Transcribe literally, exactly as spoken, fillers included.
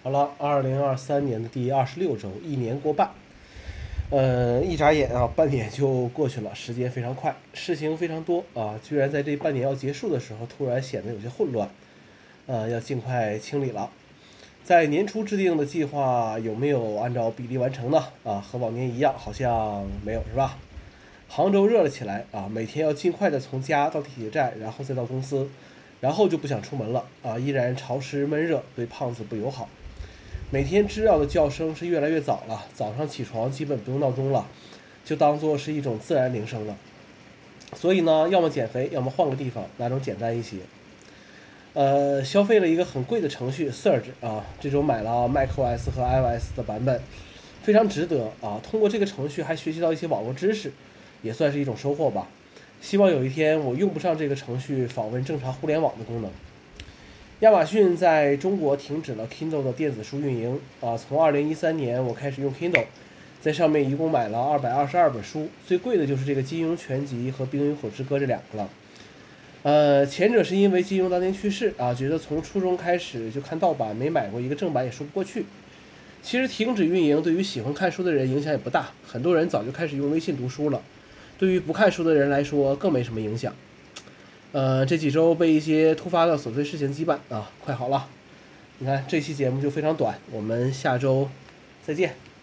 好了，二零二三年的第二十六周，一年过半，呃，一眨眼啊，半年就过去了，时间非常快，事情非常多啊，居然在这半年要结束的时候，突然显得有些混乱，呃，要尽快清理了。在年初制定的计划有没有按照比例完成呢？啊，和往年一样，好像没有，是吧？杭州热了起来啊，每天要尽快的从家到地铁站，然后再到公司，然后就不想出门了啊，依然潮湿闷热，对胖子不友好。每天知了的叫声是越来越早了，早上起床基本不用闹钟了，就当做是一种自然铃声了。所以呢，要么减肥，要么换个地方，哪种简单一些。呃，消费了一个很贵的程序 Surge 啊，这周买了 macOS 和 iOS 的版本，非常值得啊。通过这个程序还学习到一些网络知识，也算是一种收获吧。希望有一天我用不上这个程序访问正常互联网的功能。亚马逊在中国停止了 Kindle 的电子书运营啊，从二零一三年我开始用 Kindle，在上面一共买了二百二十二本书，最贵的就是这个金庸全集和冰与火之歌这两个了。呃，前者是因为金庸当年去世啊，觉得从初中开始就看盗版，没买过一个正版也说不过去。其实停止运营对于喜欢看书的人影响也不大，很多人早就开始用微信读书了，对于不看书的人来说更没什么影响。呃，这几周被一些突发的琐碎事情羁绊啊，快好了。你看这期节目就非常短，我们下周再见。